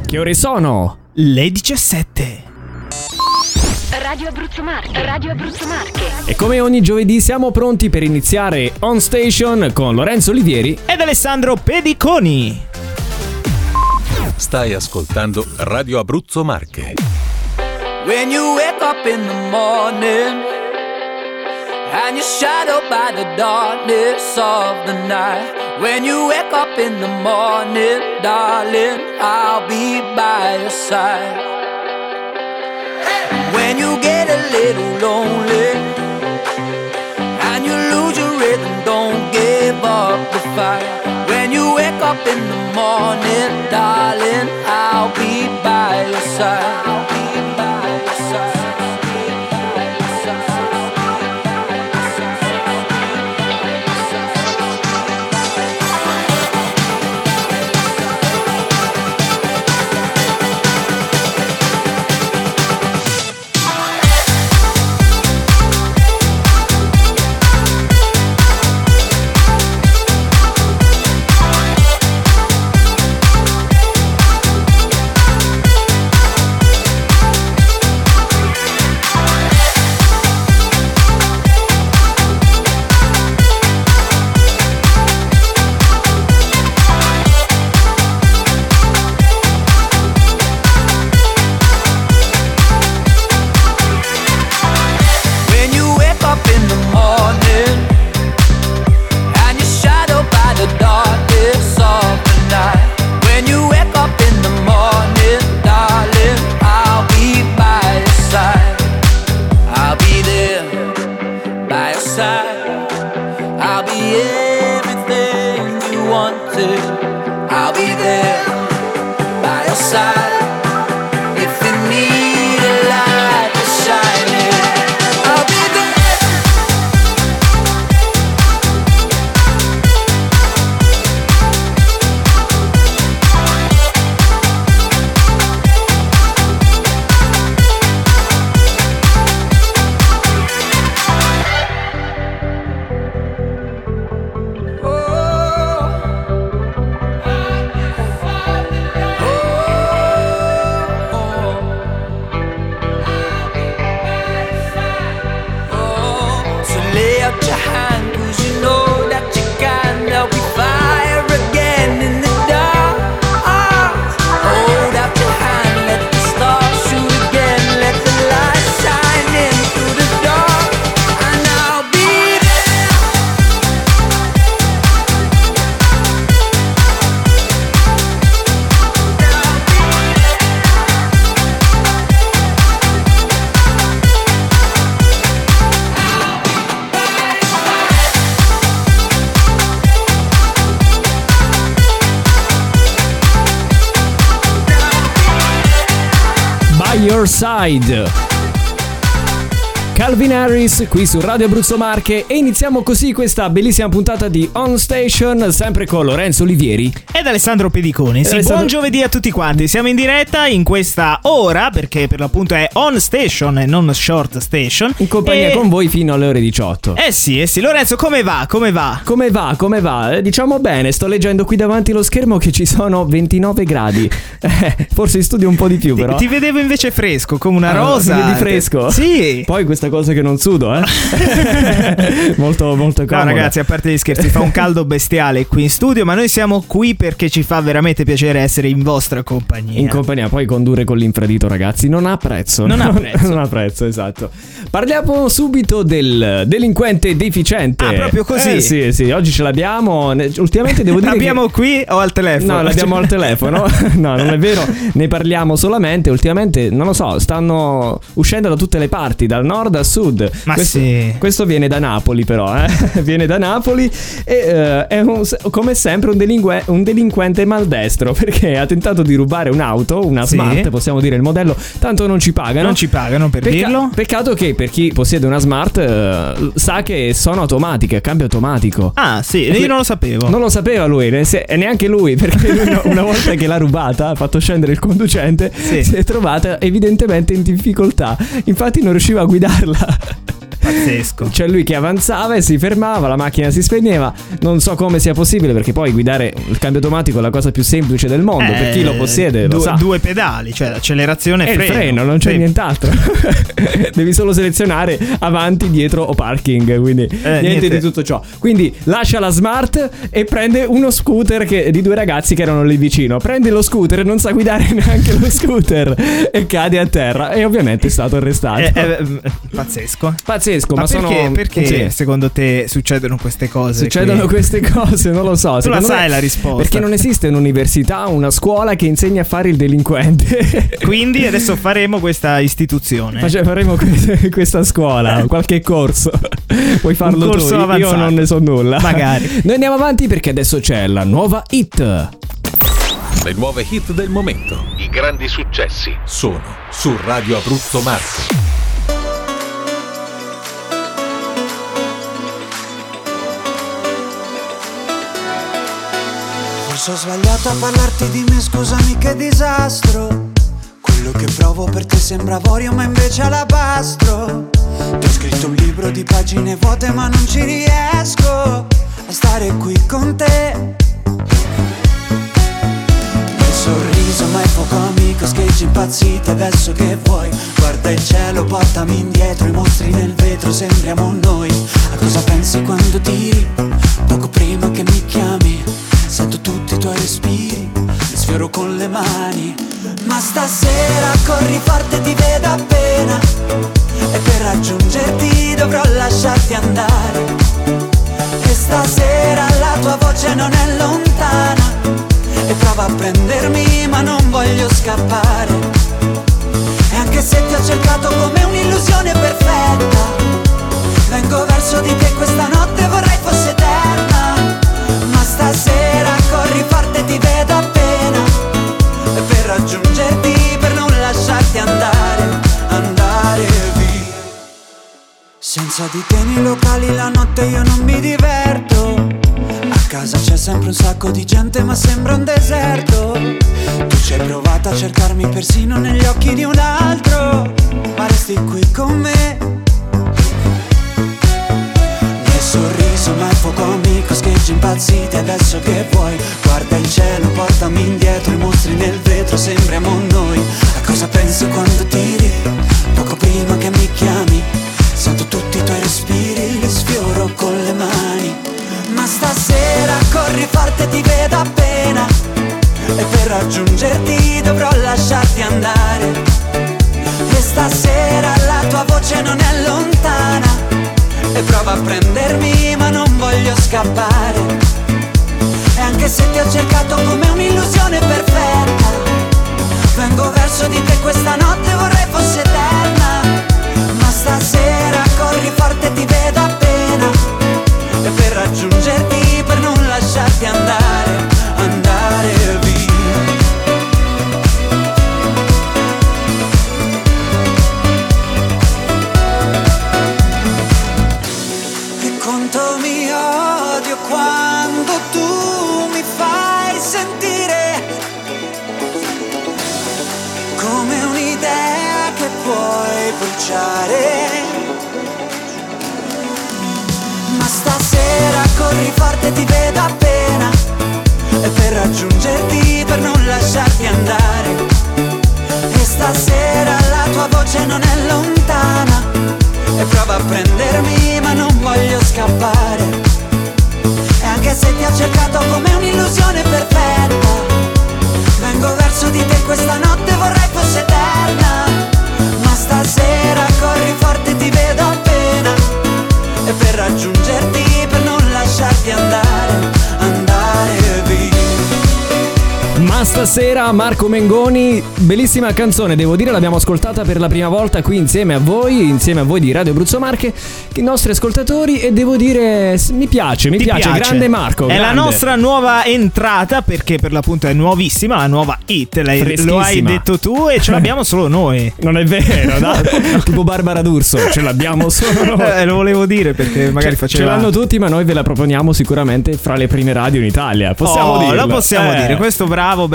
Che ore sono? Le 17. Radio Abruzzo Marche. Radio Abruzzo Marche. E come ogni giovedì siamo pronti per iniziare On Station con Lorenzo Olivieri ed Alessandro Pediconi. Stai ascoltando Radio Abruzzo Marche. When you wake up in the morning and you're shadowed by the darkness of the night. When you wake up in the morning, darling, I'll be by your side. When you get a little lonely and you lose your rhythm, don't give up the fight. When you wake up in the morning, darling, I'll be by your side. I'll be by your side. Your Side, Calvin Harris qui su Radio Abruzzo Marche, e iniziamo così questa bellissima puntata di On Station, sempre con Lorenzo Olivieri ed Alessandro Pediconi. Sì, buon giovedì a tutti quanti. Siamo in diretta in questa ora perché per l'appunto è On Station e non Short Station, in compagnia con voi fino alle ore 18. Sì. Lorenzo, come va? Come va? Diciamo bene, sto leggendo qui davanti lo schermo che ci sono 29 gradi. Forse in studio un po' di più, però. Ti vedevo invece fresco, come una rosa. Vedi fresco? Sì. Poi questa cosa che non sudo, molto molto comodo. No, ragazzi, a parte gli scherzi, fa un caldo bestiale qui in studio, ma noi siamo qui perché ci fa veramente piacere essere in vostra compagnia. In compagnia, poi condurre con l'infradito, ragazzi, non ha prezzo. Non ha prezzo, esatto. Parliamo subito del delinquente deficiente. Ah, proprio così? Sì, oggi ce l'abbiamo. Ultimamente devo dire l'abbiamo qui o al telefono? No, l'abbiamo al telefono. No, non è vero, ne parliamo solamente. Ultimamente, non lo so, stanno uscendo da tutte le parti, dal nord al sud. Ma questo viene da Napoli, però viene da Napoli e è come sempre un delinquente maldestro, perché ha tentato di rubare un'auto, una Smart, possiamo dire il modello, tanto non ci pagano per dirlo. Peccato che per chi possiede una Smart sa che sono automatiche, cambio automatico. Ah sì, io non lo sapevo. Non lo sapeva lui, e neanche lui, perché lui una volta che l'ha rubata, ha fatto scendere il conducente, si è trovata evidentemente in difficoltà, infatti non riusciva a guidarla. Pazzesco. C'è lui che avanzava e si fermava, la macchina si spegneva. Non so come sia possibile, perché poi guidare il cambio automatico è la cosa più semplice del mondo, per chi lo possiede lo sa. Due pedali, cioè l'accelerazione e il freno, non c'è nient'altro. Devi solo selezionare avanti, dietro o parking, quindi niente di tutto ciò. Quindi lascia la Smart e prende uno scooter di due ragazzi che erano lì vicino. Prende lo scooter e non sa guidare neanche lo scooter e cade a terra, e ovviamente è stato arrestato. Pazzesco. Ma perché secondo te succedono queste cose? Succedono queste cose, non lo so. Tu la sai la risposta? Perché non esiste un'università, una scuola che insegna a fare il delinquente. Quindi adesso faremo questa istituzione. Faremo questa scuola, qualche corso. Puoi farlo un corso tu, avanzato. Io non ne so nulla. Magari. Noi andiamo avanti perché adesso c'è la nuova hit. Le nuove hit del momento. I grandi successi sono su Radio Abruzzo Marche. Forse ho sbagliato a parlarti di me, scusami che disastro. Quello che provo per te sembra avorio ma invece è alabastro. Ti ho scritto un libro di pagine vuote ma non ci riesco a stare qui con te. Il sorriso ma è poco amico, scheggi impazziti adesso che vuoi. Guarda il cielo, portami indietro, i mostri nel vetro, sembriamo noi. A cosa pensi quando tiri? Poco prima che mi chiami sento tutti i tuoi respiri, li sfioro con le mani. Ma stasera corri forte, ti vedo appena, e per raggiungerti dovrò lasciarti andare. E stasera la tua voce non è lontana, e prova a prendermi ma non voglio scappare. E anche se ti ho cercato come un'illusione perfetta, vengo verso di te questa notte, vorrei fosse eterna. Ma stasera corri forte, ti vedo appena, e per raggiungerti, per non lasciarti andare, andare via. Senza di te nei locali la notte io non mi diverto. A casa c'è sempre un sacco di gente ma sembra un deserto. Tu ci hai provato a cercarmi persino negli occhi di un altro, ma resti qui con me. Nel sorriso ma è fuoco amico, scheggi impazziti adesso che vuoi. Guarda il cielo, portami indietro, i mostri nel vetro, sembriamo noi. A cosa pensi quando tiri? Poco prima che mi chiami sento tutti i tuoi respiri, li sfioro con le mani. Ma stasera corri forte, ti vedo appena, e per raggiungerti dovrò lasciarti andare. E stasera la tua voce non è lontana, e prova a prendermi ma non voglio scappare. E anche se ti ho cercato come un'illusione perfetta, vengo verso di te questa notte, vorrei fosse eterna. Ma stasera corri forte, ti vedo appena, e per raggiungerti, per non lasciarti andare, andare via. E quanto mi odio quando tu mi fai sentire come un'idea che puoi bruciare. Ma stasera corri forte, ti vedo appena, e per raggiungerti, per non lasciarti andare. E stasera la tua voce non è lontana, e prova a prendermi ma non voglio scappare. E anche se ti ho cercato come un'illusione perfetta, vengo verso di te questa notte, vorrei fosse eterna. Ma stasera corri forte, ti vedo appena, e per raggiungerti, per non lasciarti andare, andare via. Ma stasera Marco Mengoni, bellissima canzone, devo dire, l'abbiamo ascoltata per la prima volta qui insieme a voi di Radio Abruzzo Marche, i nostri ascoltatori, e devo dire mi piace, grande Marco, è grande. la nostra nuova entrata, perché per l'appunto è nuovissima, la nuova hit, lo hai detto tu, e ce l'abbiamo solo noi. Non è vero, no? Tipo Barbara D'Urso, ce l'abbiamo solo noi. Lo volevo dire perché magari faceva. Ce l'hanno tutti, ma noi ve la proponiamo sicuramente fra le prime radio in Italia. Possiamo dirlo. Lo possiamo dire, questo bravo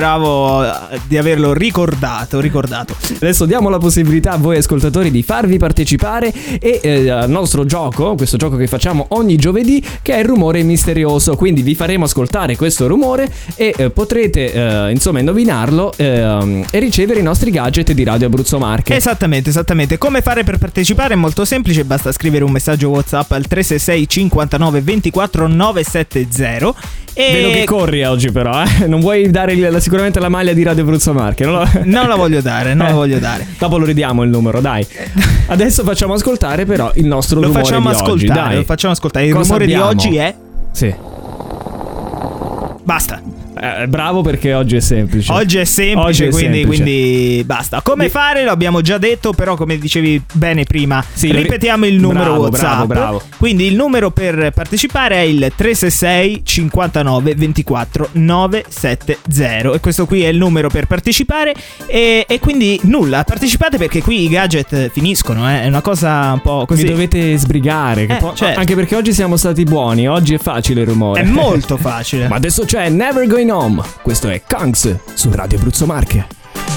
bravo di averlo ricordato. Adesso diamo la possibilità a voi ascoltatori di farvi partecipare e al nostro gioco, questo gioco che facciamo ogni giovedì, che è il rumore misterioso. Quindi vi faremo ascoltare questo rumore e potrete insomma indovinarlo e ricevere i nostri gadget di Radio Abruzzo Marche. Esattamente. Come fare per partecipare? È molto semplice, basta scrivere un messaggio WhatsApp al 366 59 24 970. Vedo che corri oggi però, non vuoi dare sicuramente la maglia di Radio Abruzzo Marche? Non la voglio dare, Dopo lo ridiamo il numero, dai. Adesso facciamo ascoltare però il nostro rumore di oggi. Dai. Lo facciamo ascoltare. Il Cosa rumore abbiamo? di oggi è... Sì. Basta. Bravo, perché oggi è semplice. Quindi basta. Come fare? Lo abbiamo già detto, però come dicevi bene prima, ripetiamo il numero WhatsApp. Bravo. Quindi il numero per partecipare è il 366 59 24 970 e questo qui è il numero per partecipare e quindi nulla, partecipate perché qui i gadget finiscono, è una cosa un po' così. Vi dovete sbrigare, certo. Anche perché oggi siamo stati buoni, oggi è facile il rumore. È molto facile. Ma adesso c'è Never Going Home. Questo è Kangs su Radio Abruzzo Marche.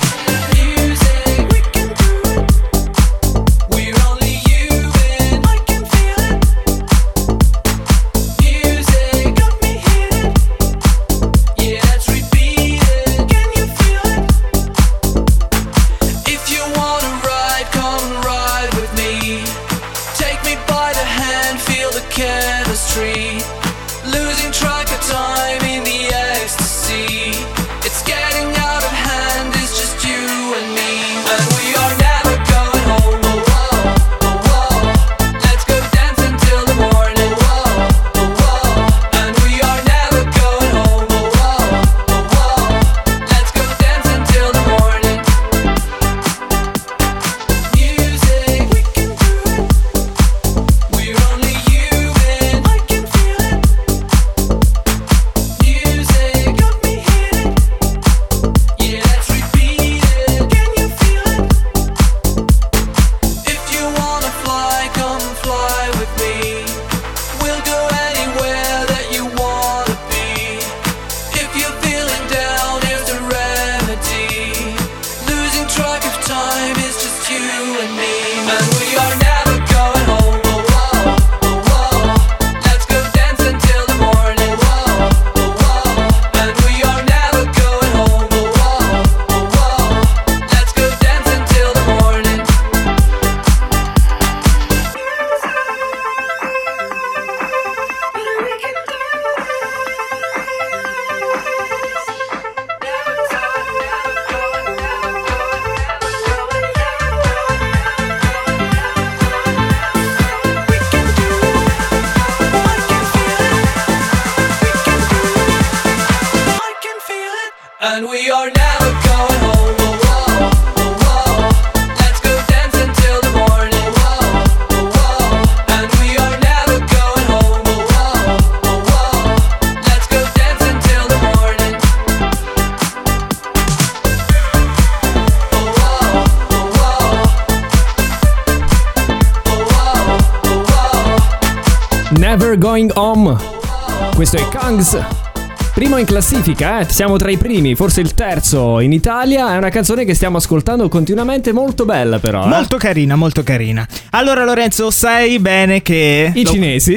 Never Going Home. Questo è Kangs. Primo in classifica, siamo tra i primi, forse il terzo in Italia. È una canzone che stiamo ascoltando continuamente, molto bella però. Molto carina, molto carina. Allora Lorenzo, sai bene che... I cinesi?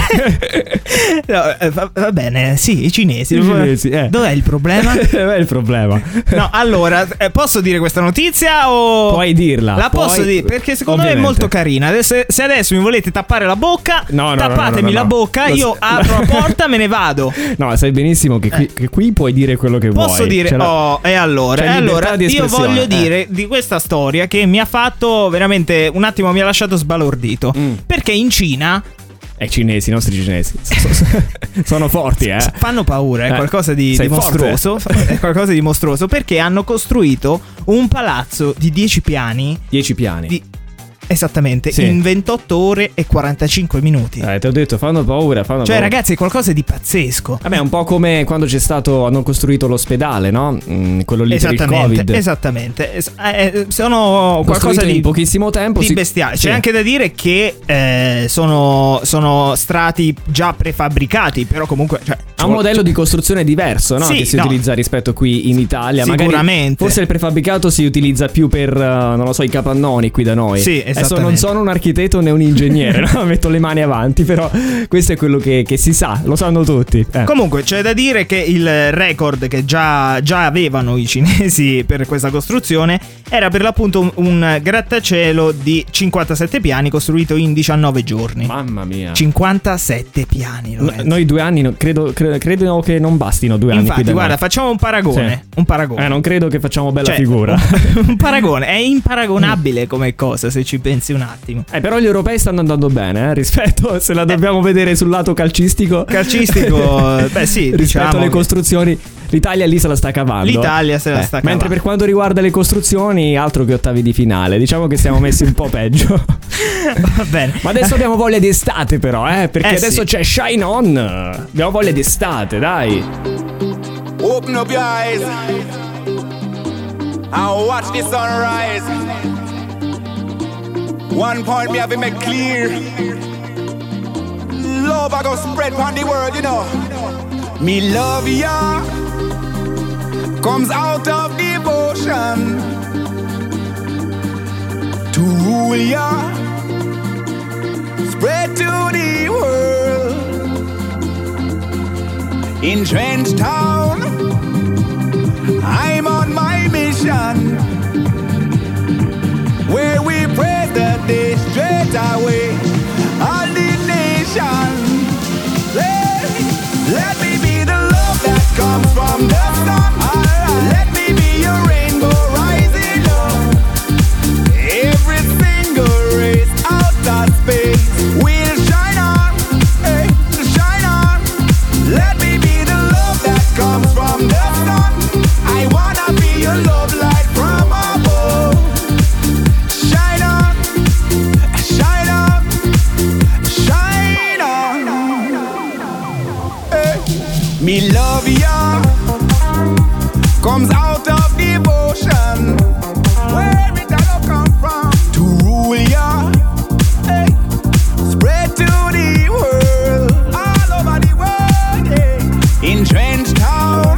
No, va bene, sì, i cinesi. Dov'è il problema? Dov'è il problema? No, allora, posso dire questa notizia o... Puoi dirla. La posso dire, perché secondo me è molto carina. Se adesso mi volete tappare la bocca, tappatemi la bocca, io apro la porta, me ne vado. No, sai benissimo che qui puoi dire quello che vuoi. Posso dire, e allora io voglio dire di questa storia che mi ha fatto veramente, un attimo mi ha lasciato sbalordito. Perché in Cina... I cinesi, i nostri cinesi sono forti, fanno paura, è qualcosa di mostruoso. È qualcosa di mostruoso, perché hanno costruito un palazzo di 10 piani. 10 piani. Esattamente, Sì. in 28 ore e 45 minuti. Ti ho detto, fanno paura. Cioè, ragazzi, è qualcosa di pazzesco. Vabbè, un po' come quando hanno costruito l'ospedale, no? Quello lì per il Covid. Esattamente. Sono qualcosa di in pochissimo tempo. di bestiale. Sì. C'è anche da dire che sono strati già prefabbricati, però comunque ha un modello di costruzione diverso, no? Sì, che si no. utilizza rispetto qui in Italia. Sicuramente. Magari forse il prefabbricato si utilizza più per, non lo so, i capannoni qui da noi. Sì, Adesso esattamente. non sono un architetto né un ingegnere, no? Metto le mani avanti, però questo è quello che si sa, lo sanno tutti. Comunque c'è da dire che il record che già avevano i cinesi per questa costruzione era per l'appunto un grattacielo di 57 piani costruito in 19 giorni. Mamma mia. 57 piani. Noi 2 anni credo che non bastino 2 anni. Infatti, qui da guarda, noi. facciamo un paragone. Sì. Un paragone. Non credo che facciamo bella Cioè, figura. Un paragone. È imparagonabile come cosa, se ci pensi un attimo. Però gli europei stanno andando bene, rispetto, se la dobbiamo vedere sul lato calcistico. Beh sì, rispetto diciamo alle che costruzioni, l'Italia lì se la sta cavando. l'Italia se la sta cavando. Mentre per quanto riguarda le costruzioni, altro che ottavi di finale. Diciamo che siamo messi un po' peggio. Va bene. Ma adesso abbiamo voglia di estate, però, perché adesso sì. c'è Shine On. Abbiamo voglia di estate, dai. Open up your eyes and watch the sunrise. One point me have to make clear. Love I go spread on the world, you know. Me love ya comes out of devotion to rule ya, spread to the world. In Trench Town, I'm on my mission, where we praise the day straight away. All the nation, let me be the love that comes from the sun. Let me be your rainbow rising up. Every single race out of space will shine on, shine on. Let me be the love that comes from the sun. I wanna be your love light from above. Shine on, shine on, shine on. Me love ya comes out of devotion, where it all come from, to rule ya, spread to the world, all over the world, In Trench Town,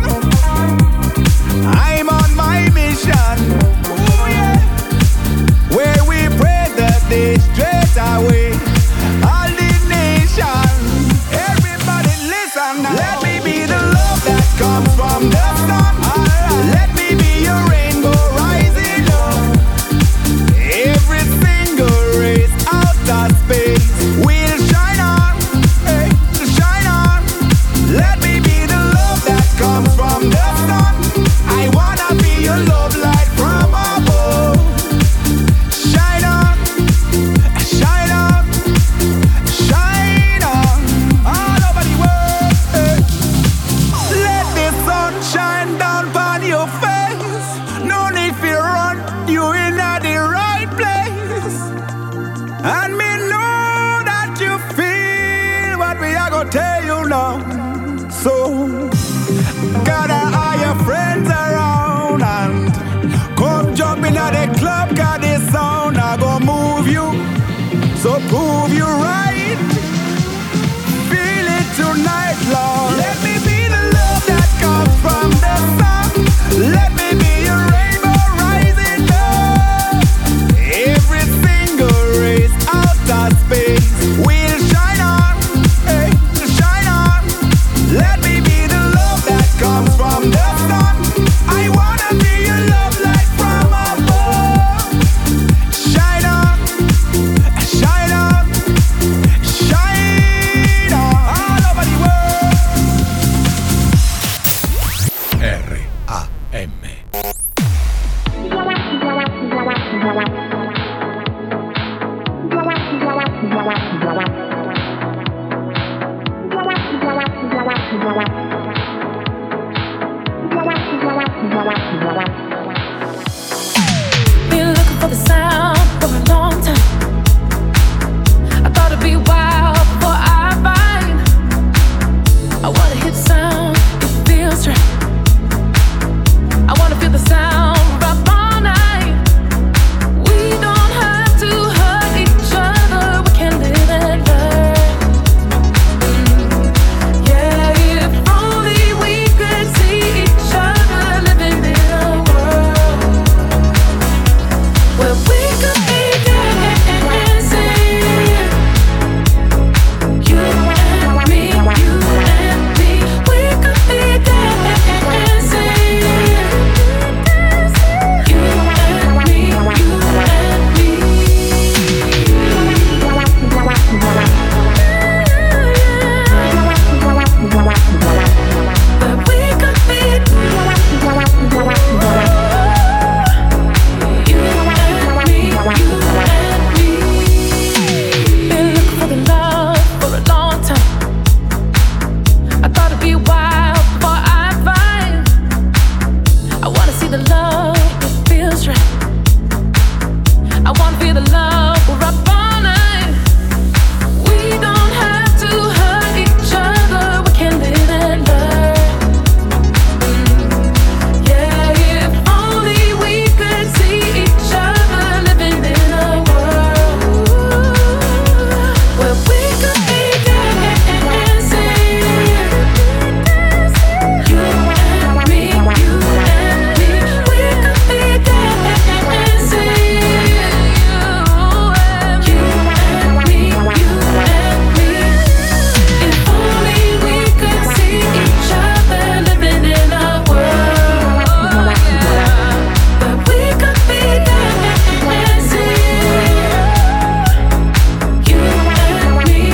I'm on my mission, ooh, yeah, where we pray the day straight away. All the nation, everybody listen now. Let me be the love that comes from the sun. Let me be your rainbow rising up. Every single race out of space will shine on, shine on. Let me be the love that comes from the sun. I wanna be your love light from above. Shine on, shine on, shine on, all over the world. Let the sun shine down on your face. No need for run, you in the right place. And me know that you feel what we are gonna tell you now. So gather all your friends around and come jump in at the club, 'cause this sound I gonna move you. So prove you right. Feel it tonight, Lord. Let me be the love that comes from the sun. Let me be your rainbow rising up. Every single race out of space will shine on, shine on. Let me be the love that comes from the sun. I wanna be your love light from above. Shine on, shine on, shine on, all over the world. R.A.M. Been looking for the sound for a long time. love that feels right. I wanna feel the love we're up all night. We don't have to hurt each other. We can live and learn. Yeah, if only we could see each other living in a world where we could be dancing. You and me, you and me. We could be dancing. You and me, you and me. If only we could see each other living in a world where we could be dancing. You and me,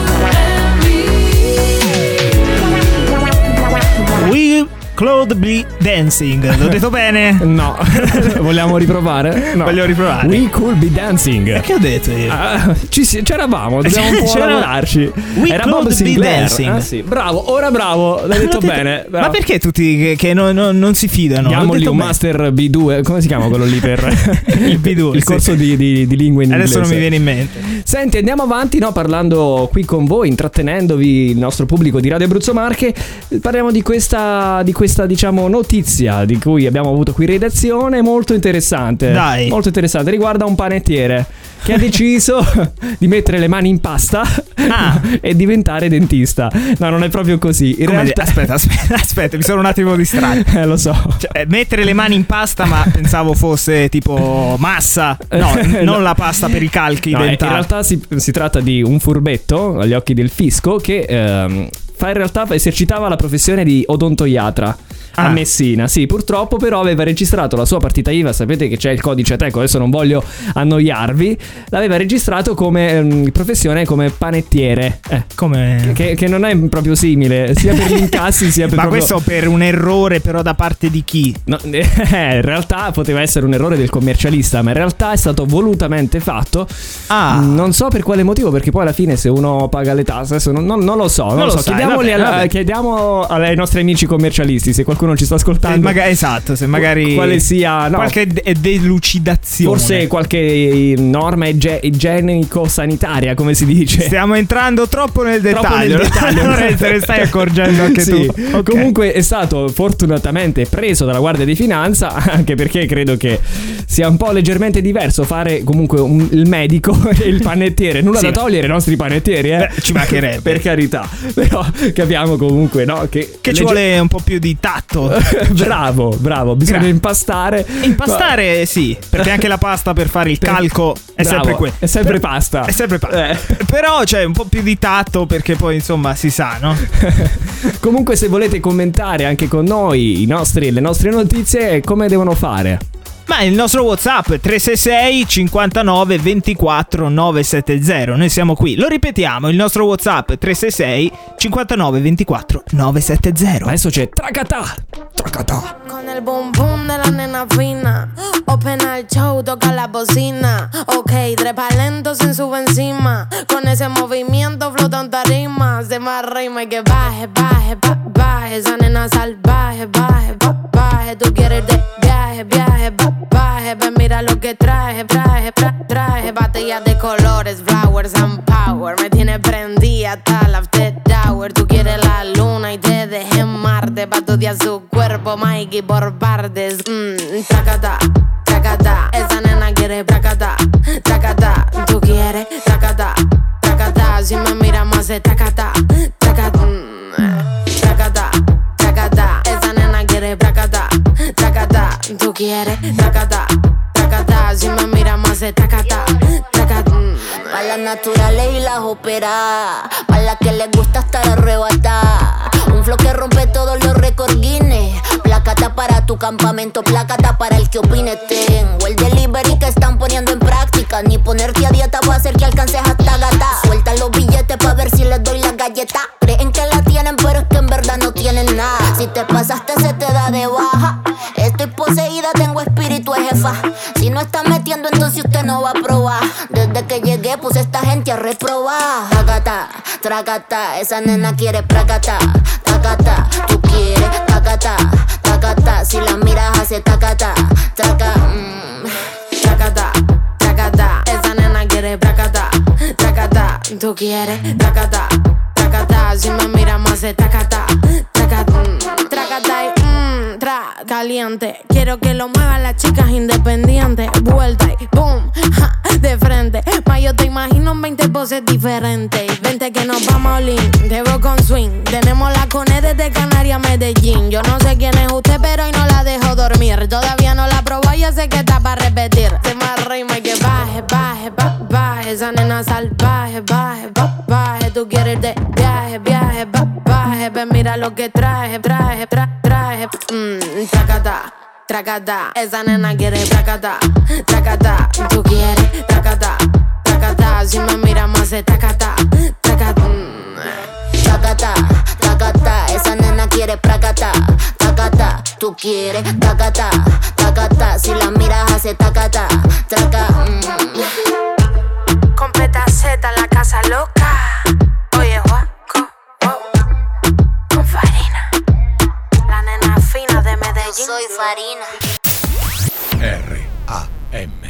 you and me. We Could Be Dancing. L'ho detto bene? No. Vogliamo riprovare? No. Voglio riprovare. We Could Be Dancing. Che ho detto io? C'eravamo, dobbiamo un po' lavorarci. We Could Be Dancing. Sì. Bravo, ora bravo, l'hai detto bene. Bravo. Ma perché tutti che non si fidano? Diamogli un master B2. Come si chiama quello lì per il B2? Il corso di lingua in Adesso inglese. non mi viene in mente. Senti, andiamo avanti, no? Parlando qui con voi, intrattenendovi il nostro pubblico di Radio Abruzzo Marche. Parliamo di questa diciamo notizia di cui abbiamo avuto qui in redazione, molto interessante. Dai. Molto interessante, riguarda un panettiere che ha deciso di mettere le mani in pasta e diventare dentista. No, non è proprio così. In realtà... Aspetta, mi sono un attimo distratto. Lo so. Cioè, mettere le mani in pasta, ma pensavo fosse tipo massa. No, non la pasta per i calchi dentali. In realtà si tratta di un furbetto agli occhi del fisco che in realtà esercitava la professione di odontoiatra a Messina. Sì, purtroppo però aveva registrato la sua partita IVA. Sapete che c'è il codice Ateco, adesso non voglio annoiarvi. L'aveva registrato come professione come panettiere, come che non è proprio simile sia per gli incassi sia per ma proprio... questo per un errore però da parte di chi? No, in realtà poteva essere un errore del commercialista, ma in realtà è stato volutamente fatto. Non so per quale motivo, perché poi alla fine se uno paga le tasse adesso non lo so. Chiediamo ai nostri amici commercialisti se qualcuno ci sta ascoltando. Esatto, se magari quale sia qualche delucidazione, forse qualche norma igienico-sanitaria, come si dice. Stiamo entrando troppo nel dettaglio. Allora te ne stai accorgendo anche tu. Okay. Comunque è stato fortunatamente preso dalla Guardia di Finanza, anche perché credo che sia un po' leggermente diverso fare comunque il medico e il panettiere. Nulla da togliere ai nostri panettieri, ci mancherebbe, per carità. Però capiamo comunque, no, che ci vuole un po' più di tatto. Bravo, bisogna impastare, sì, perché anche la pasta per fare il calco è sempre quella. È sempre pasta. Però c'è un po' più di tatto, perché poi insomma si sa, no? Comunque se volete commentare anche con noi le nostre notizie, come devono fare? Ma il nostro WhatsApp 366 59 24 970. Noi siamo qui. Lo ripetiamo, il nostro WhatsApp 366 59 24 970. Adesso c'è Tracatà. Con el boom boom de la nena fina. Open al show, toca la bocina. Ok, trepa lento sin sube encima. Con ese movimiento flota en tarima. Se más rima y que baje. Esa nena salvaje, baje. Tú quieres de viaje, ven mira lo que traje. Batallas de colores, flowers and power. Me tiene prendida hasta la after hour. Tú quieres la luna y te dejé en Marte. Pa' estudiar su cuerpo, Mikey, por partes. Tracata. Esa nena quiere tracata. Tú quieres tracata. Si me mira más se tracata. Esa nena quiere tracata. Tú quieres tracata. Si me mira más se tracata. Pa' las naturales y las operadas, pa' las que les gusta estar arrebatada. Un flow que rompe todos los récords Guinness. Plácata para tu campamento, plácata para el que opine. Tengo el delivery que están poniendo en práctica. Ni ponerte a dieta va a hacer que alcances hasta gata. Suelta los billetes pa' ver si les doy la galleta. Creen que la tienen pero es que en verdad no tienen nada. Si te pasaste se te da de baja. Estoy poseída, tengo espíritu de jefa. Si no está metiendo entonces usted no va a probar. Desde que llegué puse a esta gente a reprobar. tracata, esa nena quiere pracata, tacata, tú quieres tacata, tacata, si la miras hace tacata, traca, Tracata, tracata, esa nena quiere pracata, tracata, tú quieres tracata, tracata, si me miras más se tracata, tracata, tracata y caliente. Quiero que lo muevan las chicas independientes. Vuelta y boom, ja, de frente. Ma yo te imagino en 20 poses diferentes. Vente que nos vamos a Olin, te veo con swing. Tenemos la cone desde Canarias a Medellín. Yo no sé quién es usted, pero hoy no la dejo dormir. Todavía no la probó, yo sé que está para repetir. Se me arrima y que baje, baje, baje. Esa nena salvaje, baje, baje. Tú quieres de viaje, viaje, baje. Ven, mira lo que traje, traje. Tracata, tracata, esa nena quiere tracata, tracata, tú quieres tracata, tracata, si me mira más se tracata, tracata, tacata, tacata, esa nena quiere pracata, tacata, tú quieres tacata, tacata, si la miras hace tacata, traca, Completa Z, la casa loca. Oye, guaco, con farina. La nena fina de Medellín. Soy farina. R-A-M.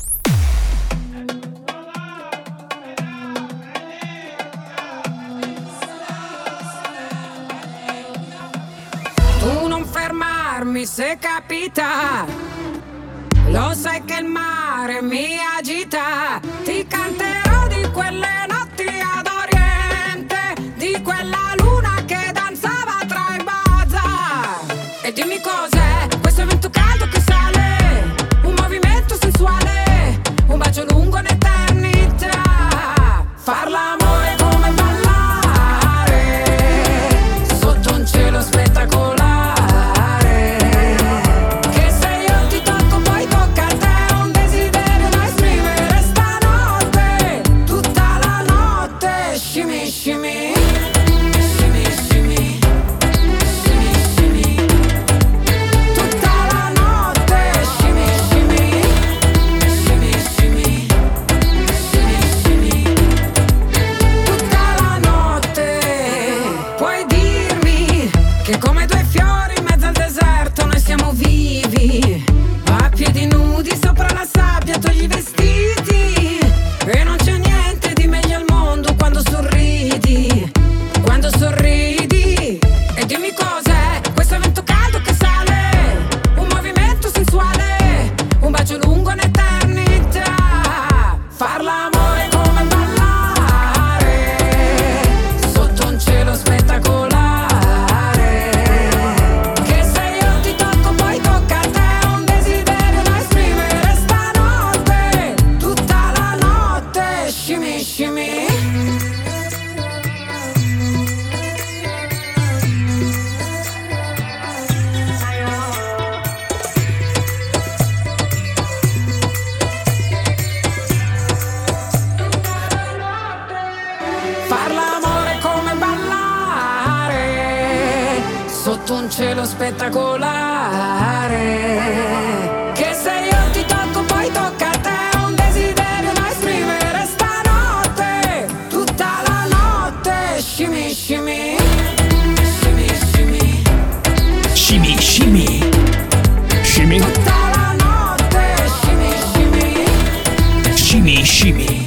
Tu non fermarmi se capita, lo sai che il mare mi agita. Ti canterò di quelle notti ad Oriente, di quella luna che danzava tra i bazar. E dimmi cos'è questo vento caldo che sale, un movimento sensuale, un bacio lungo un'eternità. Far l'amore come ballare sotto un cielo spettacolare. Cielo spettacolare, che se io ti tocco poi tocca a te, un desiderio da esprimere stanotte, tutta la notte. Shimmy, shimmy, shimmy, shimmy, shimmy, shimmy, shimmy, tutta la notte. Shimmy, shimmy, shimmy, shimmy.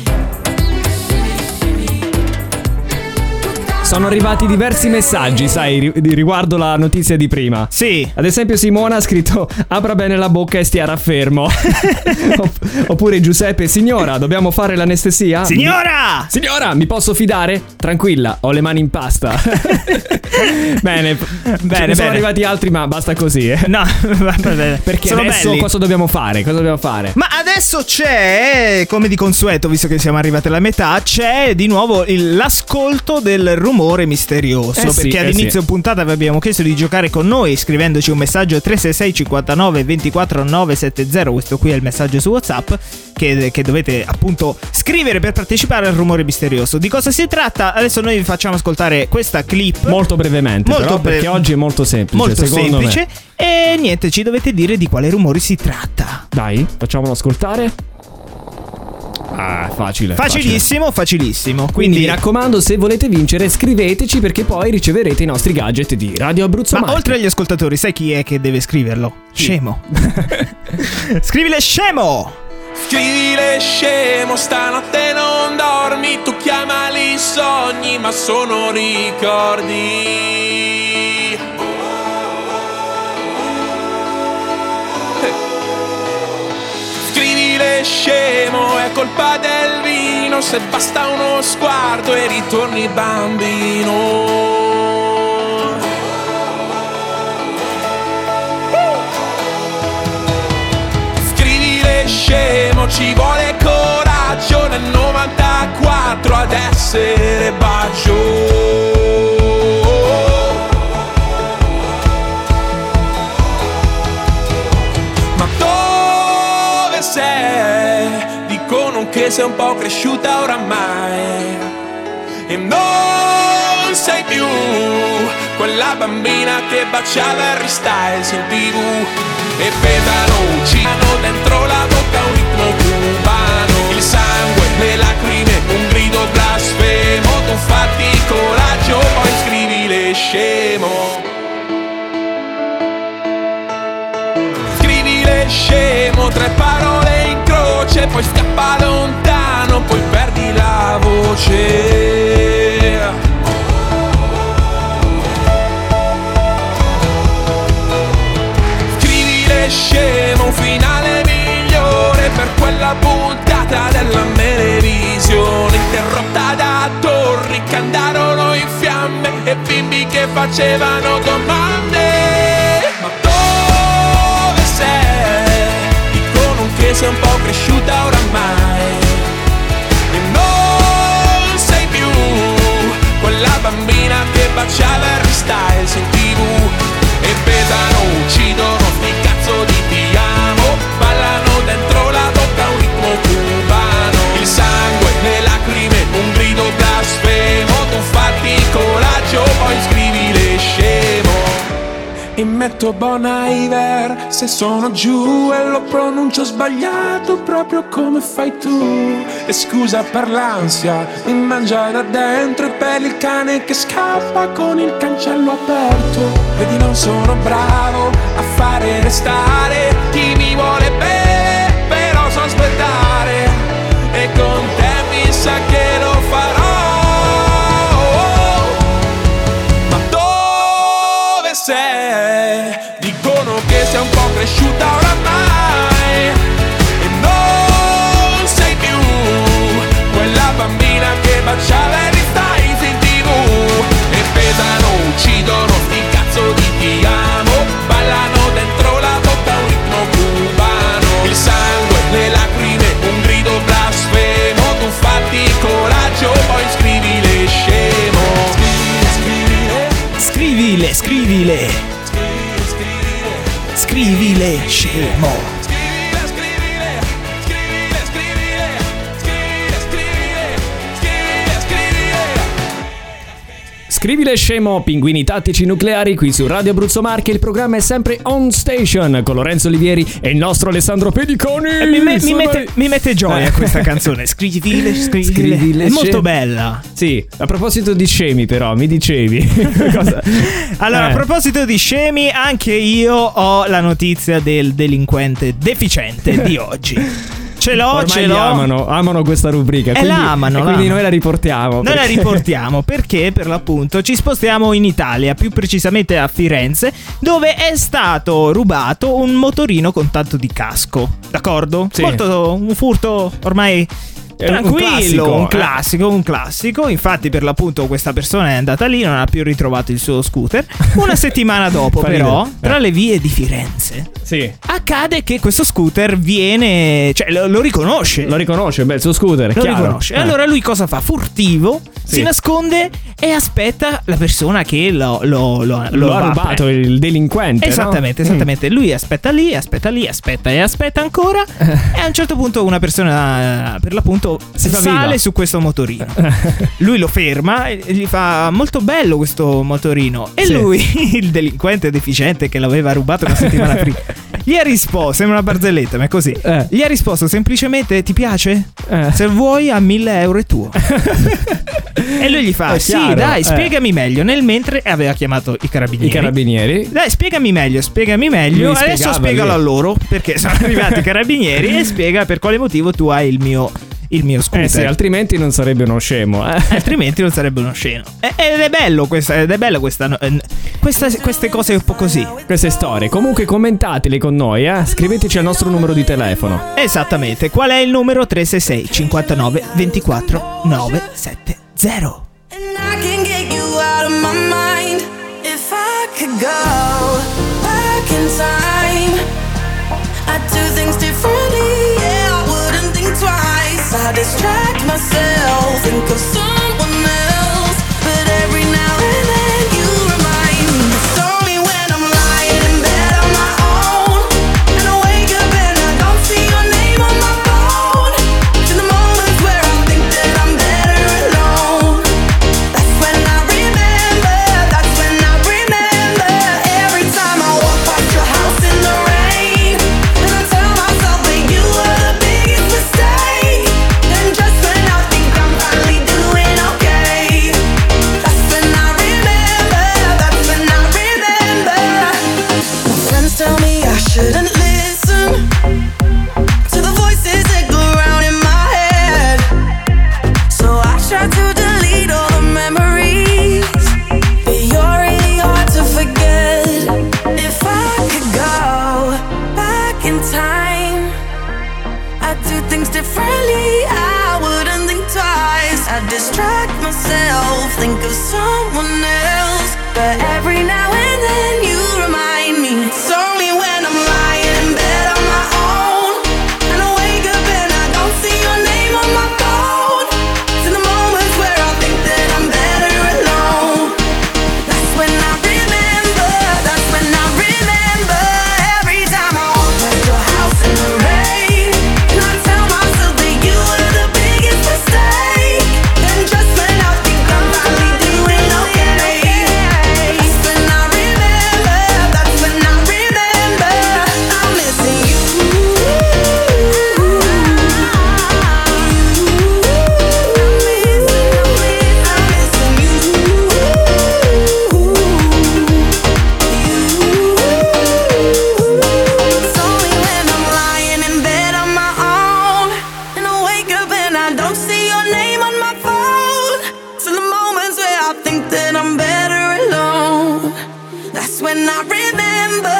Sono arrivati diversi messaggi, sai, riguardo la notizia di prima. Sì. Ad esempio Simona ha scritto: apra bene la bocca e stia raffermo. Oppure Giuseppe: signora, dobbiamo fare l'anestesia? Signora! Signora, mi posso fidare? Tranquilla, ho le mani in pasta. Bene, sono arrivati altri, ma basta così. No, perché sono adesso belli. cosa dobbiamo fare? Cosa dobbiamo fare? Ma adesso c'è, come di consueto, visto che siamo arrivati alla metà, c'è di nuovo l'ascolto del rumore misterioso. Perché all'inizio puntata vi abbiamo chiesto di giocare con noi scrivendoci un messaggio 366 59 24 970. Questo qui è il messaggio su WhatsApp che dovete appunto scrivere per partecipare al rumore misterioso. Di cosa si tratta? Adesso noi vi facciamo ascoltare questa clip molto brevemente, perché oggi è molto semplice. Molto secondo semplice. Me. E niente, ci dovete dire di quale rumore si tratta. Dai, facciamolo ascoltare. Ah, facile. Facilissimo. Quindi mi raccomando, se volete vincere, scriveteci, perché poi riceverete i nostri gadget di Radio Abruzzo Marche. Ma oltre agli ascoltatori, sai chi è che deve scriverlo? Chi? Scemo. Scrivile scemo! Scrivile scemo, stanotte non dormi, tu chiamali sogni, ma sono ricordi. Scrivile scemo, è colpa del vino, se basta uno sguardo e ritorni bambino. Scemo, ci vuole coraggio nel 94 ad essere bacio. Ma dove sei? Dicono che sei un po' cresciuta oramai e non sei più quella bambina che baciava Harry Styles in TV. E pesano, uccidono dentro la bocca un ritmo cubano. Il sangue, le lacrime, un grido blasfemo. Tu fatti coraggio, poi scrivile scemo. Scrivile scemo, 3 parole in croce, poi scappa lontano, poi perdi la voce. Scemo, un finale migliore per quella puntata della Melevisione, interrotta da torri che andarono in fiamme e bimbi che facevano domande. Ma dove sei? Dicono che sei un po' cresciuta oramai e non sei più quella bambina che baciava Harry Styles in TV. E pesano, uccidono, sti cazzo di ti amo, ballano dentro la bocca un ritmo cubano. Il sangue, le lacrime, un grido blasfemo. Tu fatti coraggio, poi scrivile scemo. E metto Bon Iver se sono giù e lo pronuncio sbagliato proprio come fai tu. E scusa per l'ansia, mi mangia da dentro e per il cane che scappa con il cancello aperto. Vedi non sono bravo a fare restare chi mi vuole bene, però so aspettare e con te mi sa che lo farò. Ma dove sei? Dicono che sei un po' cresciuta oramai e non sei più quella bambina che baciava Harry Styles in TV. E pesano, uccidono, sti cazzo di ti amo, ballano dentro la bocca un ritmo cubano. Il sangue, le lacrime, un grido blasfemo. Tu fatti coraggio, poi scrivile scemo. Scrivile scemo. Scrivile scemo, pinguini tattici nucleari qui su Radio Abruzzo Marche. Il programma è sempre On Station con Lorenzo Olivieri e il nostro Alessandro Pediconi. Mi mette gioia questa canzone. Scrivile. È molto bella. Sì, a proposito di scemi però, mi dicevi cosa? Allora, a proposito di scemi, anche io ho la notizia del delinquente deficiente di oggi. Ce l'ho. Amano questa rubrica. Quindi noi la riportiamo. Noi la riportiamo perché per l'appunto ci spostiamo in Italia, più precisamente a Firenze, dove è stato rubato un motorino con tanto di casco. D'accordo? Sì. Un furto ormai tranquillo, un classico. Infatti per l'appunto questa persona è andata lì, non ha più ritrovato il suo scooter. Una settimana dopo però, tra le vie di Firenze, accade che questo scooter viene, cioè lo riconosce, il suo scooter, lo chiaro. riconosce. Allora lui cosa fa? Furtivo, si nasconde e aspetta la persona che lo ha rubato, il delinquente. Esattamente. Lui aspetta ancora e a un certo punto una persona per l'appunto sale su questo motorino. Lui lo ferma e gli fa: molto bello questo motorino. E lui, il delinquente deficiente che l'aveva rubato una settimana prima, Gli ha risposto, sembra una barzelletta, ma è così. Gli ha risposto semplicemente: ti piace? Se vuoi a 1.000 euro è tuo. E lui gli fa: sì, dai, spiegami meglio. Nel mentre aveva chiamato i carabinieri. Dai, spiegami meglio. Adesso spiegalo a loro, perché sono arrivati i carabinieri, e spiega per quale motivo tu hai il mio scooter. Sì, altrimenti non sarebbe uno scemo. Altrimenti non sarebbe uno scemo. Ed è bello queste cose un po' così. Queste storie. Comunque commentatele con noi, scriveteci al nostro numero di telefono. Esattamente. Qual è il numero? 366 59 24 970. And I can get you out of my mind. If I could go back in time, I'd do things differently. Yeah, I wouldn't think twice. I distract myself, think of someone else. But every now and then you remind me. It's only when I'm lying in bed on my own, and I wake up and I don't see your name on my phone. In the moments where I think that I'm better alone, that's when I remember. Every time I walk past your house in the rain, and I tell myself that you were the biggest mistake. And just when I think I'm finally doing okay, that's when I remember. My friends tell me I shouldn't listen to the voices that go round in my head, so I try to delete all the memories, but you're really hard to forget. If I could go back in time, I'd do things differently. I wouldn't think twice. I'd distract myself, think of someone else. But every now and then you remind me. It's only when I'm lying in bed on my own, and I wake up and I don't see your name on my phone. It's in the moments where I think that I'm better alone, that's when I remember. Every time I walk past your house in the rain, and I tell myself that you were the biggest mistake. And just when I think I'm finally doing okay, that's when I remember. I'm missing you. It's only when I'm lying in bed on my own, and I wake up and I don't see your name on my phone. It's in the moments where I think that I'm better alone, that's when I remember.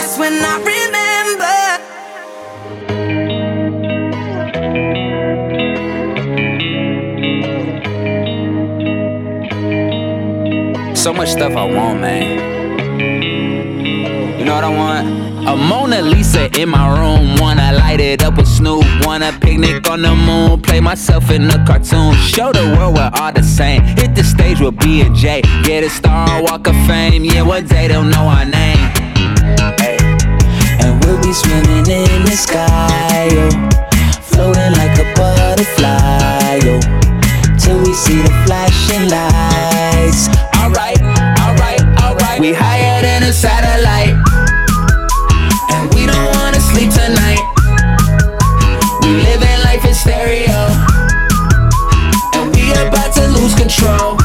So much stuff I want, man. You know what I want? A Mona Lisa in my room. Wanna light it up with Snoop. Wanna picnic on the moon. Play myself in a cartoon. Show the world we're all the same. Hit the stage with B&J. Get a star on Walk of Fame. Yeah, one day they'll know our name. Hey. And we'll be swimming in the sky, yo, floating like a butterfly, yo, till we see the flashing lights. Alright. We higher than a satellite, and we don't wanna sleep tonight. We living life in stereo, and we about to lose control.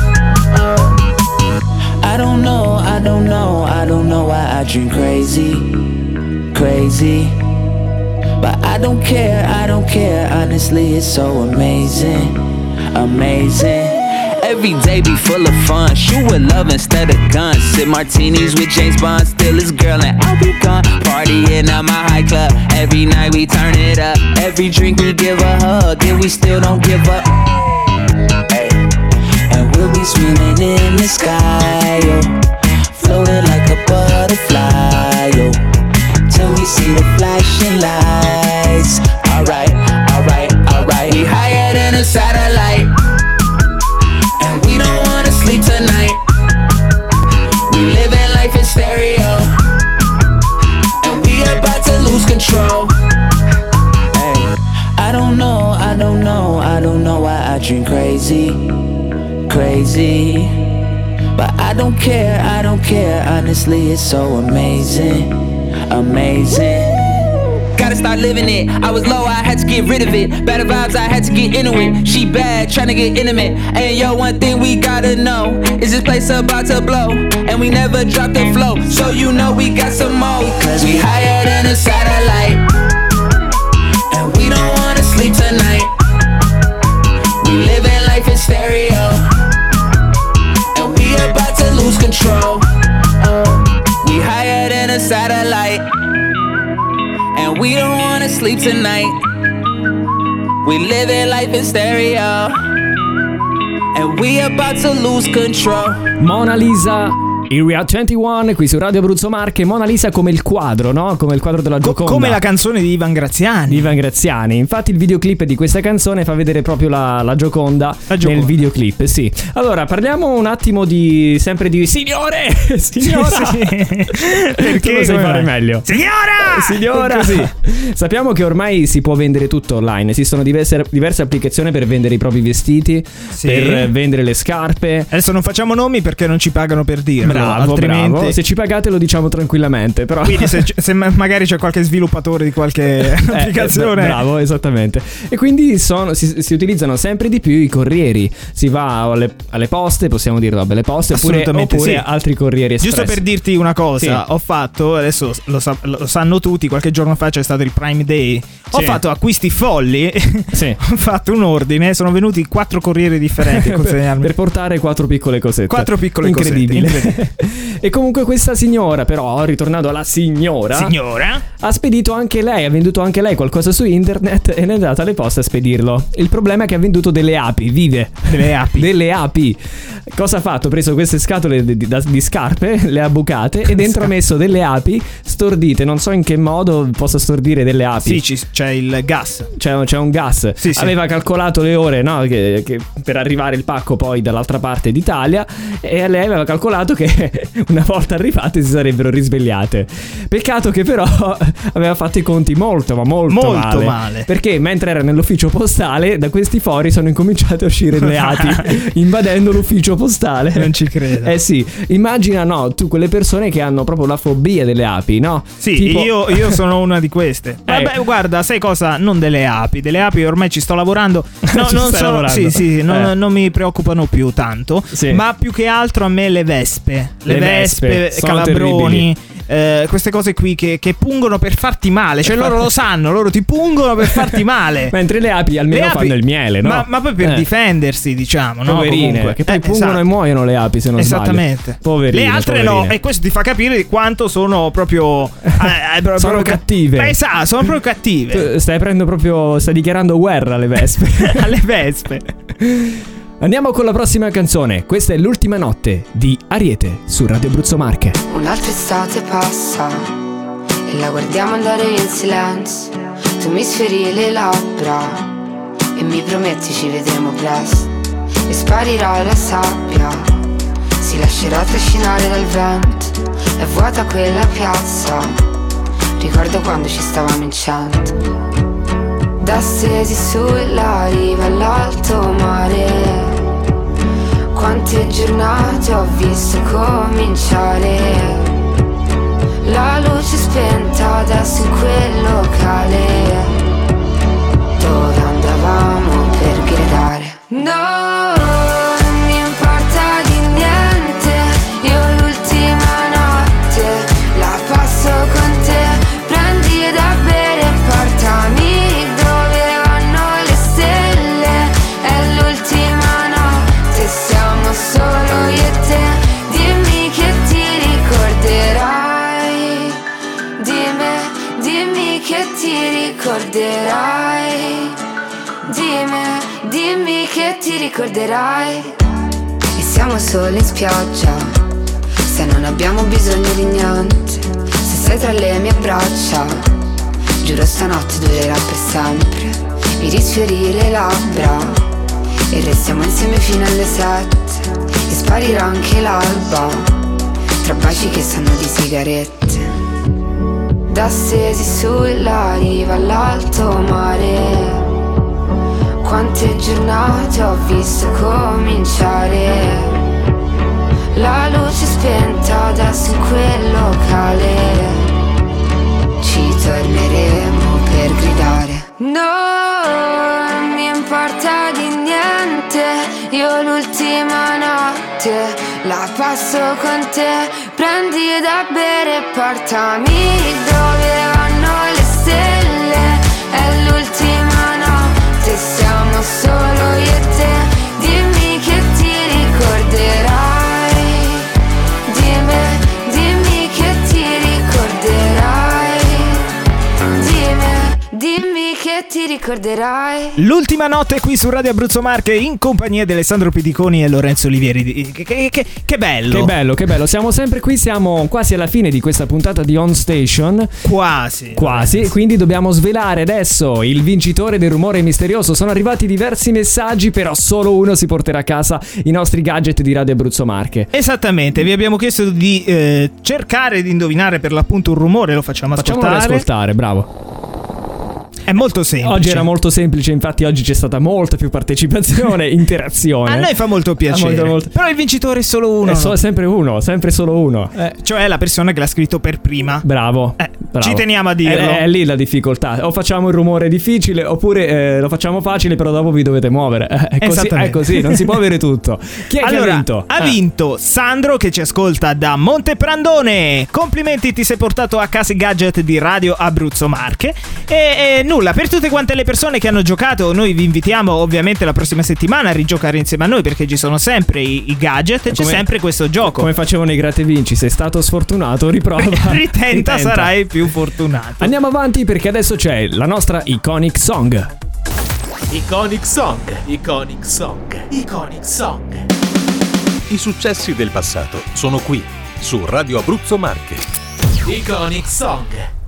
I don't know why I dream crazy, but I don't care, honestly it's so amazing. Every day be full of fun. Shoot with love instead of guns. Sip martinis with James Bond. Still his girl and I'll be gone. Partying at my high club. Every night we turn it up. Every drink we give a hug. And we still don't give up. Hey. And we'll be swimming in the sky, yo, floating like a butterfly, yo, till we see the flashing lights. Alright. We higher than a satellite, and we don't wanna sleep tonight. We living life in stereo, and we about to lose control. Hey. I don't know why I dream crazy, but I don't care, honestly it's so amazing. amazing. Gotta start living it. I was low, I had to get rid of it. Better vibes, I had to get into it. She bad, tryna get intimate. And yo, one thing we gotta know is this place about to blow, and we never drop the flow. So you know we got some more, cause we higher than a satellite, and we don't wanna sleep tonight. We living life in stereo, and we about to lose control. We higher than a satellite, and we don't wanna sleep tonight. We living life in stereo, and we about to lose control. Mona Lisa, Here We Are 21 qui su Radio Abruzzo Marche. Mona Lisa come il quadro, no? Come il quadro della Gioconda. Come la canzone di Ivan Graziani. Ivan Graziani. Infatti il videoclip di questa canzone fa vedere proprio la Gioconda nel videoclip, sì. Allora, parliamo un attimo sempre di signore! Signora! Sì. Perché tu lo sai fare meglio. Signora! Così. Sappiamo che ormai si può vendere tutto online. Esistono diverse applicazioni per vendere i propri vestiti, per vendere le scarpe. Adesso non facciamo nomi perché non ci pagano per dirlo. Altrimenti... bravo. Se ci pagate lo diciamo tranquillamente, però... Quindi se magari c'è qualche sviluppatore di qualche applicazione... bravo, esattamente. E quindi si utilizzano sempre di più i corrieri. Si va alle poste, possiamo dire, vabbè, le poste, oppure altri corrieri espressi. Giusto per dirti una cosa, ho fatto, adesso lo sanno tutti, qualche giorno fa c'è stato il Prime Day. Ho fatto acquisti folli. Ho fatto un ordine, sono venuti 4 corrieri differenti per portare 4 piccole cosette. 4 piccole incredibile. E comunque questa signora, però, ritornando alla signora, ha spedito anche lei, ha venduto anche lei qualcosa su internet e ne è andata alle poste a spedirlo. Il problema è che ha venduto delle api vive. Delle api. Cosa ha fatto? Ha preso queste scatole di scarpe, le ha bucate e dentro ha messo delle api stordite. Non so in che modo possa stordire delle api. Sì, c'è il gas. C'è un gas. Sì. Aveva calcolato le ore, no? Che per arrivare il pacco poi dall'altra parte d'Italia, e lei aveva calcolato che una volta arrivate si sarebbero risvegliate. Peccato che però aveva fatto i conti molto male. Perché mentre era nell'ufficio postale, da questi fori sono incominciate a uscire le api invadendo l'ufficio postale. Non ci credo. Eh sì, immagina, no, tu quelle persone che hanno proprio la fobia delle api, no? Sì, tipo... io sono una di queste. Vabbè, guarda, sai cosa? Non delle api ormai ci sto lavorando. No, non mi preoccupano più tanto. Sì. Ma più che altro a me le vespe, calabroni, queste cose qui che pungono per farti male. Cioè loro lo sanno, loro ti pungono per farti male. Mentre le api almeno fanno il miele, no? Ma poi per difendersi, diciamo, no? Poverine, comunque. Che poi pungono e muoiono le api, se non sbaglio. Esattamente. Poverine, le altre no, e questo ti fa capire quanto sono proprio sono cattive. Esatto, sono proprio cattive. Stai dichiarando guerra alle vespe. Alle vespe. Andiamo con la prossima canzone. Questa è L'ultima notte di Ariete su Radio Abruzzo Marche. Un'altra estate passa e la guardiamo andare in silenzio. Tu mi sferi le labbra e mi prometti ci vedremo presto. E sparirà la sabbia, si lascerà trascinare dal vento. È vuota quella piazza, ricordo quando ci stavamo in 100. Da stesi sulla riva all'alto mare, quante giornate ho visto cominciare. La luce spenta adesso in quel locale dove andavamo per gridare. No, non mi importa di niente, io l'ultima notte la passo con te. Prendi da bere e portami dove vanno le stelle. È l'ultima notte, siamo solo io e te. Dimmi che ti ricorderai di me, dimmi che ti ricorderai di me, dimmi che ti ricorderai. E siamo solo in spiaggia, se non abbiamo bisogno di niente. Se sei tra le mie braccia, giuro stanotte durerà per sempre. Mi risfiori le labbra e restiamo insieme fino alle 7. E sparirà anche l'alba tra baci che sanno di sigarette. Da stesi sulla riva all'alto mare, quante giornate ho visto cominciare. La luce spenta adesso in quel locale torneremo per gridare. Non mi importa di niente, io l'ultima notte la passo con te. Prendi da bere e portami dove vanno le stelle. È l'ultima notte, siamo solo io e te. Dimmi che ti ricorderai di me, dimmi che ti ricorderai di me, dimmi che ti ricorderai. L'ultima notte qui su Radio Abruzzo Marche in compagnia di Alessandro Pidiconi e Lorenzo Olivieri. Che bello. Che bello, che bello. Siamo sempre qui, siamo quasi alla fine di questa puntata di On Station. Quasi. Quindi dobbiamo svelare adesso il vincitore del rumore misterioso. Sono arrivati diversi messaggi, però solo uno si porterà a casa i nostri gadget di Radio Abruzzo Marche. Esattamente, vi abbiamo chiesto di cercare di indovinare per l'appunto un rumore, lo facciamo ascoltare, bravo. È molto semplice. Oggi era molto semplice, infatti oggi c'è stata molta più partecipazione, interazione. A noi fa molto piacere. Molto. Però il vincitore è solo uno. È sempre uno, sempre solo uno. Cioè la persona che l'ha scritto per prima. Bravo. Ci teniamo a dirlo. È lì la difficoltà. O facciamo il rumore difficile oppure lo facciamo facile, però dopo vi dovete muovere. È così, non si può avere tutto. Chi è che ha vinto? Ha vinto Sandro, che ci ascolta da Monteprandone. Complimenti, ti sei portato a casa i gadget di Radio Abruzzo Marche. E nulla, per tutte quante le persone che hanno giocato, noi vi invitiamo ovviamente la prossima settimana a rigiocare insieme a noi, perché ci sono sempre i gadget e c'è sempre questo gioco. Come facevano i gratta e vinci, sei stato sfortunato, riprova. Ritenta, sarai più fortunato. Andiamo avanti perché adesso c'è la nostra Iconic Song. Iconic Song. Iconic Song. Iconic Song. I successi del passato sono qui su Radio Abruzzo Marche. Iconic Song.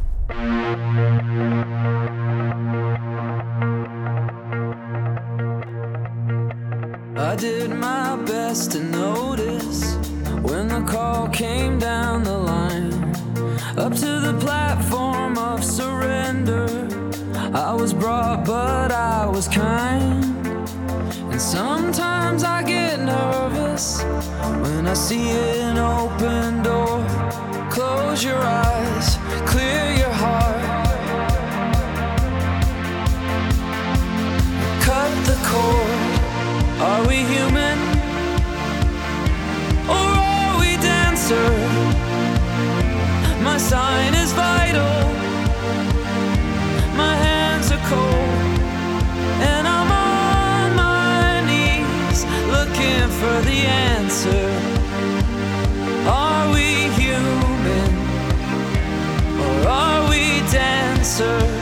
I did my best to notice when the call came down the line, up to the platform of surrender. I was brought but I was kind, and sometimes I get nervous when I see an open door. Close your eyes, clear your heart, cut the cord. Are we human, or are we dancer? My sign is vital, my hands are cold, and I'm on my knees looking for the answer. Are we human, or are we dancer?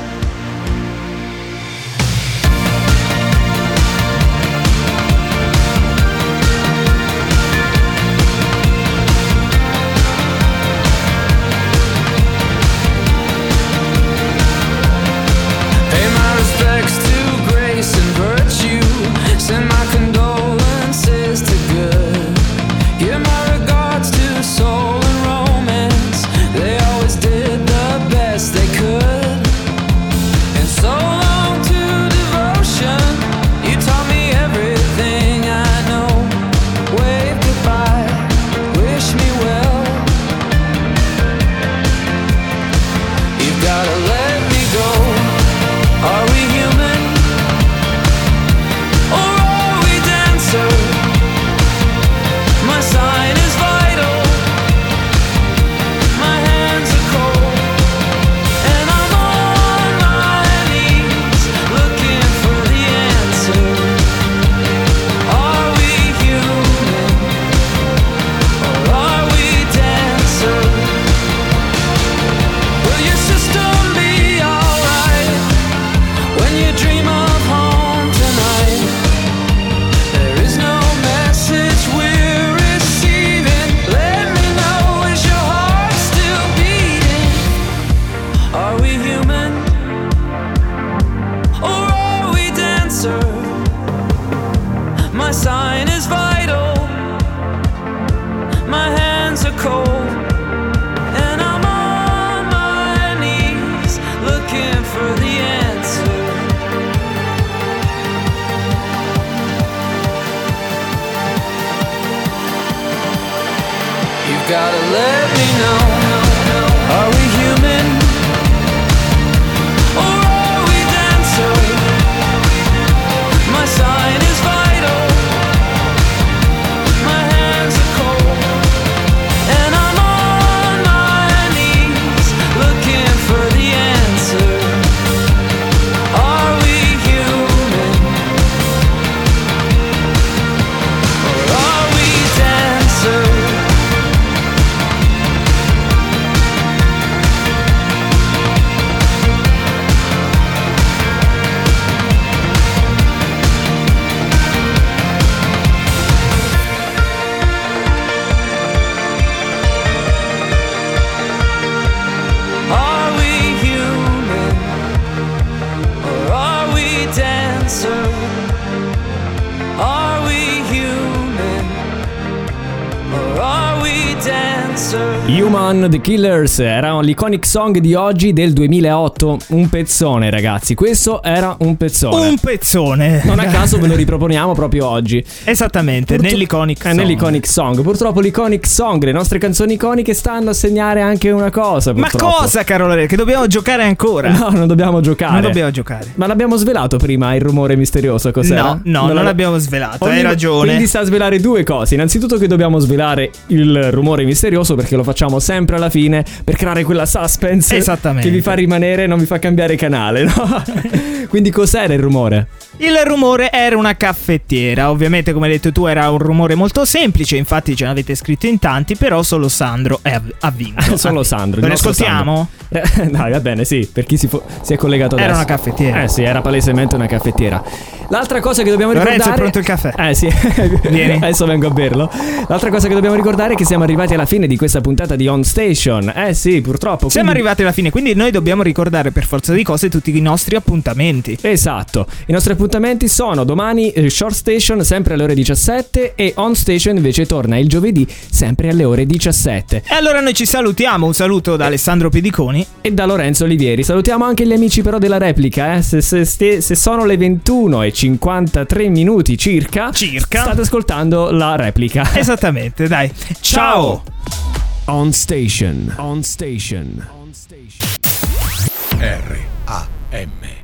Respects to grace and virtue, send my condolences to good. Give my regards to soul and romance, they always did the best they could. And so long to devotion, you taught me everything I know. Wave goodbye, wish me well. You've gotta let me go. Are we human, or are we dancer? My sign is vital, my hands are cold, and I'm on my knees looking for the answer. Are we human, or are we dancer? Will your system be alright when you dream of home tonight? There is no message we're receiving. Let me know, is your heart still beating? Are we human, or are we dancer? My sign is vital, my hands are cold, and I'm on my knees looking for the answer. You've gotta let me know. Are we human, Human, The Killers, era l'iconic song di oggi del 2008, un pezzone ragazzi, questo era un pezzone. Un pezzone. Non a caso ve lo riproponiamo proprio oggi. Esattamente, nell'iconic song. Nell'iconic song. Purtroppo l'iconic song, le nostre canzoni iconiche stanno a segnare anche una cosa, purtroppo. Ma cosa, caro Lorello? Che dobbiamo giocare ancora? No, non dobbiamo giocare. Non dobbiamo giocare. Ma l'abbiamo svelato prima il rumore misterioso, cos'era? No, non l'abbiamo svelato, hai ragione. Quindi sta a svelare due cose. Innanzitutto che dobbiamo svelare il rumore misterioso, perché lo facciamo sempre alla fine per creare quella suspense che vi fa rimanere e non vi fa cambiare canale, no? Quindi cos'era il rumore? Il rumore era una caffettiera. Ovviamente, come hai detto tu, era un rumore molto semplice. Infatti ce l'avete scritto in tanti, però solo Sandro ha vinto. Solo Sandro. Lo ascoltiamo? Dai, va bene, sì, per chi si è collegato adesso. Era una caffettiera. Sì, era palesemente una caffettiera. L'altra cosa che dobbiamo ricordare... Lorenzo, è pronto il caffè? Sì. Vieni. Adesso vengo a berlo. L'altra cosa che dobbiamo ricordare è che siamo arrivati alla fine di questa puntata di On Station. Sì, purtroppo. Siamo arrivati alla fine, quindi noi dobbiamo ricordare per forza di cose tutti i nostri appuntamenti. Esatto. I nostri appuntamenti sono domani Short Station sempre alle ore 17 e On Station invece torna il giovedì sempre alle ore 17. E allora noi ci salutiamo. Un saluto da Alessandro Pediconi e da Lorenzo Olivieri. Salutiamo anche gli amici però della replica. Se sono le 21 e 53 minuti circa state ascoltando la replica. Esattamente, dai. Ciao. On Station. On Station. On Station. R-A-M